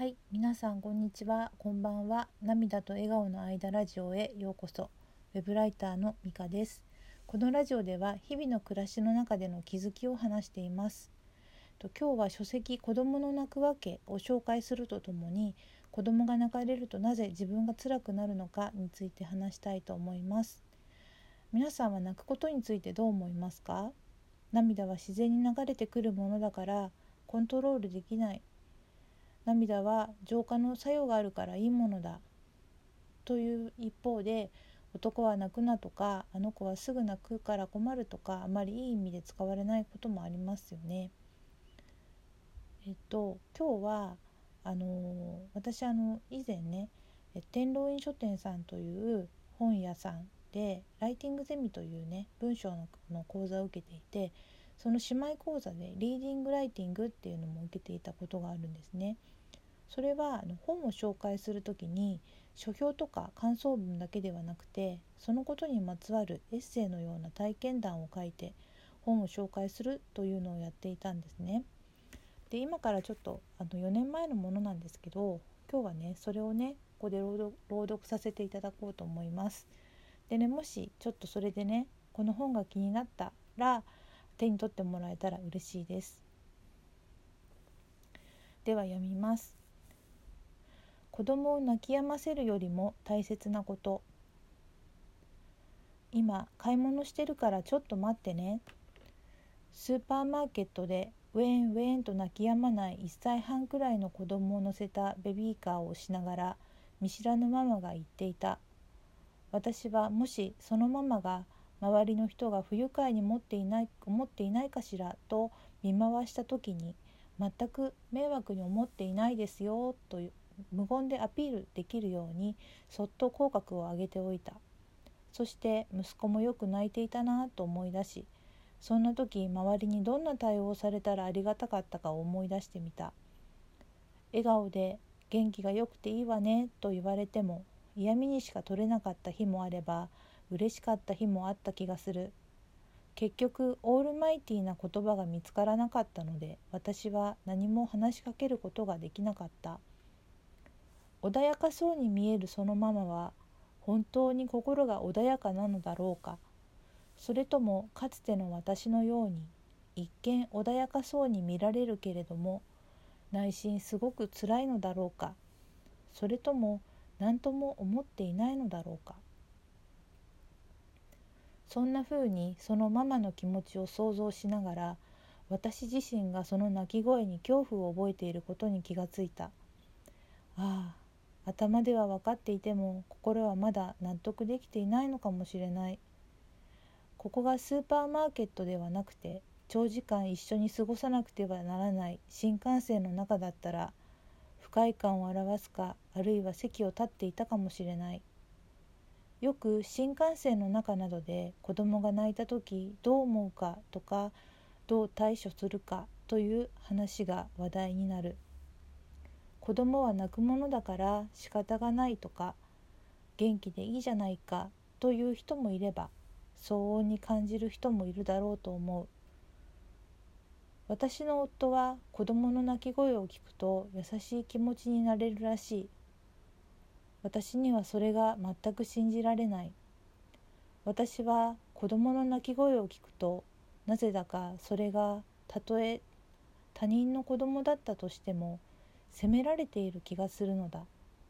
はい、皆さんこんにちは、こんばんは。涙と笑顔の間ラジオへようこそ。ウェブライターのミカです。このラジオでは日々の暮らしの中での気づきを話しています。今日は書籍子供の泣くわけを紹介するとともに、子供が泣かれるとなぜ自分が辛くなるのかについて話したいと思います。皆さんは泣くことについてどう思いますか？涙は自然に流れてくるものだからコントロールできない。涙は浄化の作用があるからいいものだという一方で、男は泣くなとか、あの子はすぐ泣くから困るとか、あまりいい意味で使われないこともありますよね。今日は私以前ね、天狼院書店さんという本屋さんでライティングゼミというね文章の講座を受けていて、その姉妹講座でリーディングライティングっていうのも受けていたことがあるんですね。それは本を紹介するときに書評とか感想文だけではなくて、そのことにまつわるエッセイのような体験談を書いて本を紹介するというのをやっていたんですね。で、今からちょっと4年前のものなんですけど、今日はねそれをねここで朗読させていただこうと思います。でね、もしちょっとそれでねこの本が気になったら手に取ってもらえたら嬉しいです。では読みます。子供を泣き止ませるよりも大切なこと。今買い物してるからちょっと待ってね。スーパーマーケットでウェーンウェーンと泣き止まない1歳半くらいの子供を乗せたベビーカーを押しながら見知らぬママが言っていた。私はもしそのママが周りの人が不愉快に思っていないかしらと見回した時に、全く迷惑に思っていないですよと無言でアピールできるようにそっと口角を上げておいた。そして息子もよく泣いていたなと思い出し、そんな時周りにどんな対応をされたらありがたかったかを思い出してみた。笑顔で元気がよくていいわねと言われても嫌味にしか取れなかった日もあれば、嬉しかった日もあった気がする。結局オールマイティーな言葉が見つからなかったので、私は何も話しかけることができなかった。穏やかそうに見えるそのママは本当に心が穏やかなのだろうか。それともかつての私のように一見穏やかそうに見られるけれども内心すごく辛いのだろうか。それとも何とも思っていないのだろうか。そんなふうにそのママの気持ちを想像しながら、私自身がその泣き声に恐怖を覚えていることに気がついた。ああ、頭では分かっていても心はまだ納得できていないのかもしれない。ここがスーパーマーケットではなくて長時間一緒に過ごさなくてはならない新幹線の中だったら、不快感を表すか、あるいは席を立っていたかもしれない。よく新幹線の中などで子供が泣いた時どう思うかとか、どう対処するかという話が話題になる。子供は泣くものだから仕方がないとか、元気でいいじゃないかという人もいれば、相応に感じる人もいるだろうと思う。私の夫は子供の泣き声を聞くと優しい気持ちになれるらしい。私にはそれが全く信じられない。私は子供の泣き声を聞くと、なぜだかそれがたとえ他人の子供だったとしても責められている気がするのだ。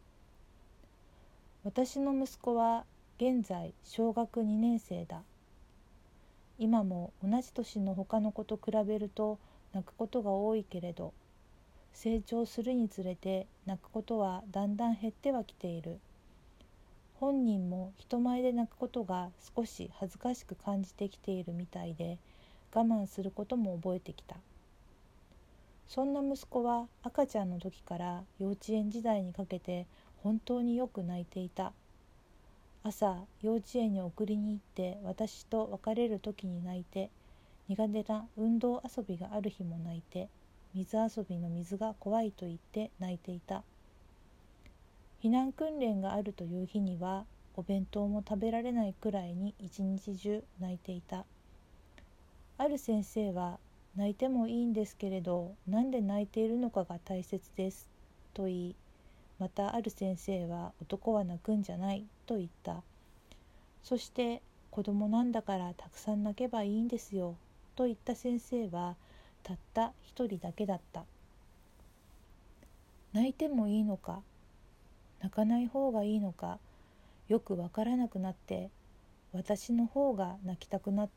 私の息子は現在小学2年生だ。今も同じ年の他の子と比べると泣くことが多いけれど、成長するにつれて泣くことはだんだん減ってはきている。本人も人前で泣くことが少し恥ずかしく感じてきているみたいで、我慢することも覚えてきた。そんな息子は赤ちゃんの時から幼稚園時代にかけて本当によく泣いていた。朝幼稚園に送りに行って私と別れる時に泣いて、苦手な運動遊びがある日も泣いて、水遊びの水が怖いと言って泣いていた。避難訓練があるという日にはお弁当も食べられないくらいに一日中泣いていた。ある先生は、泣いてもいいんですけれど、なんで泣いているのかが大切です。 と言い、またある先生は男は泣くんじゃないと言った。そして子供なんだからたくさん泣けばいいんですよと言った先生はたった一人だけだった。泣いてもいいのか、泣かない方がいいのか、よくわからなくなって、私の方が泣きたくなった。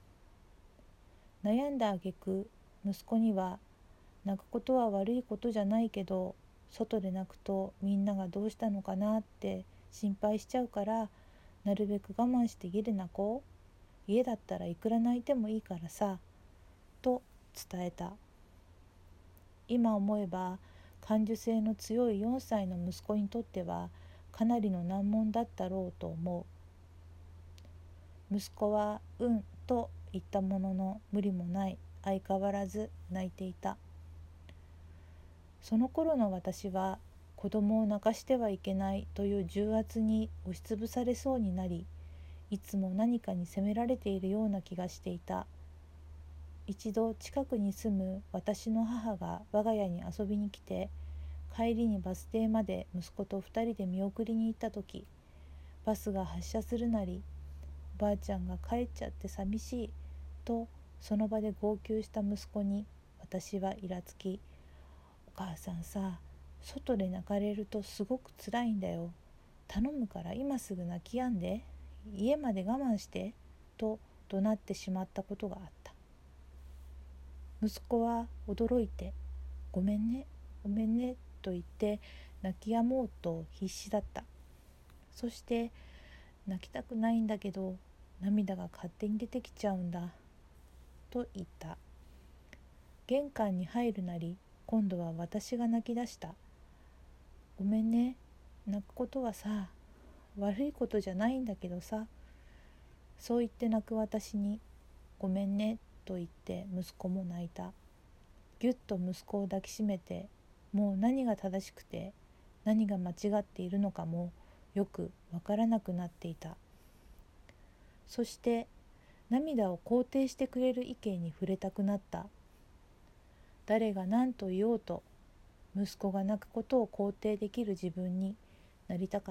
悩んだ挙句、息子には、泣くことは悪いことじゃないけど、外で泣くとみんながどうしたのかなって心配しちゃうから、なるべく我慢して家で泣こう。家だったらいくら泣いてもいいからさ、と伝えた。今思えば、感受性の強い4歳の息子にとってはかなりの難問だったろうと思う。息子はうんと言ったものの無理もない、相変わらず泣いていた。その頃の私は子供を泣かしてはいけないという重圧に押しつぶされそうになり、いつも何かに責められているような気がしていた。一度近くに住む私の母が我が家に遊びに来て、帰りにバス停まで息子と2人で見送りに行った時、バスが発車するなり、おばあちゃんが帰っちゃって寂しいとその場で号泣した息子に私はイラつき、お母さんさ、外で泣かれるとすごくつらいんだよ。頼むから今すぐ泣き止んで、家まで我慢してと怒鳴ってしまったことがあった。息子は驚いて、ごめんね、ごめんねと言って泣き止もうと必死だった。そして、泣きたくないんだけど涙が勝手に出てきちゃうんだと言った。玄関に入るなり、今度は私が泣き出した。ごめんね、泣くことはさ、悪いことじゃないんだけどさ。そう言って泣く私に、ごめんねと言って息子も泣いた。ぎゅっと息子を抱きしめて、もう何が正しくて何が間違っているのかもよくわからなくなっていた。そして涙を肯定してくれる意見に触れたくなった。誰が何と言おうと息子が泣くことを肯定できる自分になりたかった。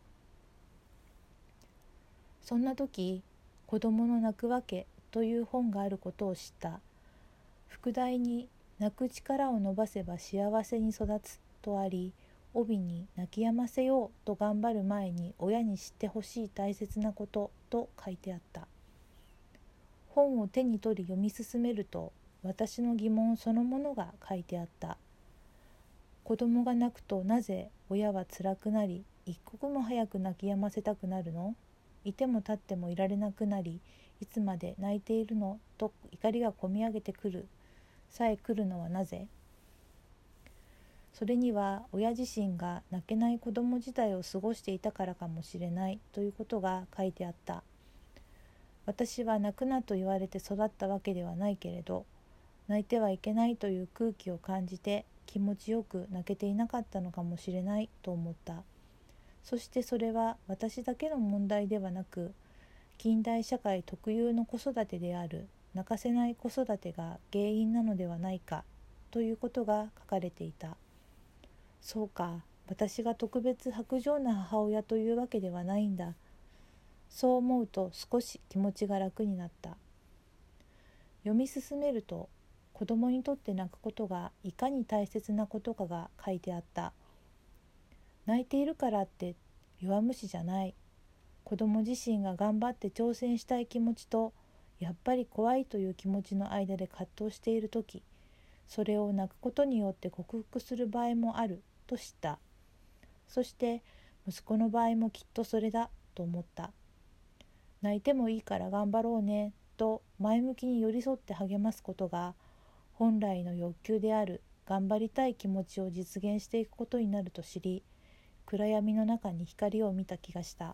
そんな時、子供の泣くわけという本があることを知った。副題に泣く力を伸ばせば幸せに育つとあり、帯に泣き止ませようと頑張る前に親に知ってほしい大切なことと書いてあった。本を手に取り読み進めると、私の疑問そのものが書いてあった。子供が泣くとなぜ親は辛くなり、一刻も早く泣き止ませたくなるの？いても立ってもいられなくなり、いつまで泣いているのと怒りがこみ上げてくるのはなぜ？それには親自身が泣けない子供時代を過ごしていたからかもしれないということが書いてあった。私は泣くなと言われて育ったわけではないけれど、泣いてはいけないという空気を感じて気持ちよく泣けていなかったのかもしれないと思った。そしてそれは私だけの問題ではなく、近代社会特有の子育てである泣かせない子育てが原因なのではないかということが書かれていた。そうか、私が特別薄情な母親というわけではないんだ。そう思うと少し気持ちが楽になった。読み進めると、子供にとって泣くことがいかに大切なことかが書いてあった。泣いているからって弱虫じゃない。子供自身が頑張って挑戦したい気持ちと、やっぱり怖いという気持ちの間で葛藤しているとき、それを泣くことによって克服する場合もあると知った。そして息子の場合もきっとそれだと思った。泣いてもいいから頑張ろうねと前向きに寄り添って励ますことが、本来の欲求である頑張りたい気持ちを実現していくことになると知り、暗闇の中に光を見た気がした。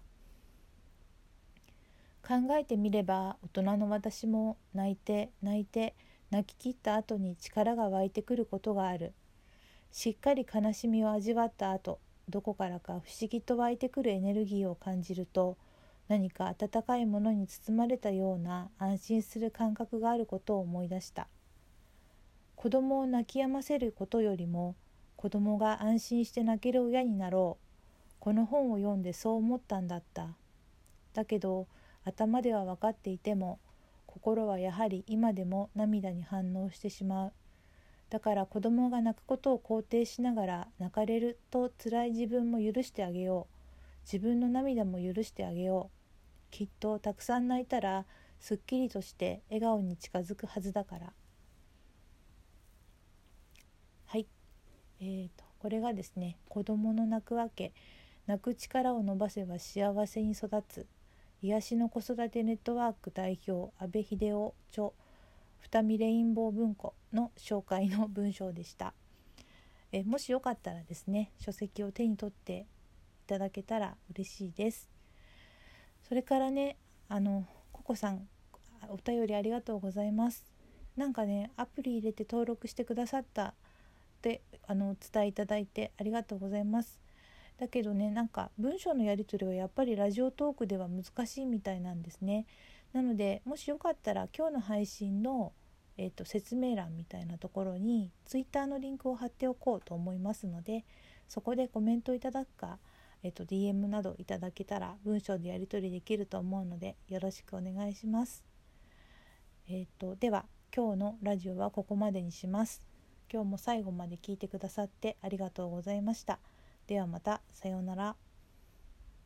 考えてみれば、大人の私も泣いて泣き切った後に力が湧いてくることがある。しっかり悲しみを味わった後、どこからか不思議と湧いてくるエネルギーを感じると、何か温かいものに包まれたような安心する感覚があることを思い出した。子供を泣き止ませることよりも、 子供が安心して泣ける親になろう。この本を読んでそう思ったんだった。だけど頭では分かっていても心はやはり今でも涙に反応してしまう。だから子供が泣くことを肯定しながら泣かれると辛い自分も許してあげよう。自分の涙も許してあげよう。きっとたくさん泣いたらすっきりとして笑顔に近づくはずだから。はい、これがですね、子供の泣くわけ、泣く力を伸ばせば幸せに育つ、癒しの子育てネットワーク代表阿部秀夫著二見レインボー文庫の紹介の文章でした。もしよかったらですね、書籍を手に取っていただけたら嬉しいです。それからね、ココさん、お便りありがとうございます。なんかね、アプリ入れて登録してくださったってお伝えいただいてありがとうございます。だけどね、なんか文章のやり取りはやっぱりラジオトークでは難しいみたいなんですね。なので、もしよかったら今日の配信の、説明欄みたいなところに Twitter のリンクを貼っておこうと思いますので、そこでコメントいただくか、DM などいただけたら文章でやり取りできると思うのでよろしくお願いします。では今日のラジオはここまでにします。今日も最後まで聞いてくださってありがとうございました。ではまた、さようなら。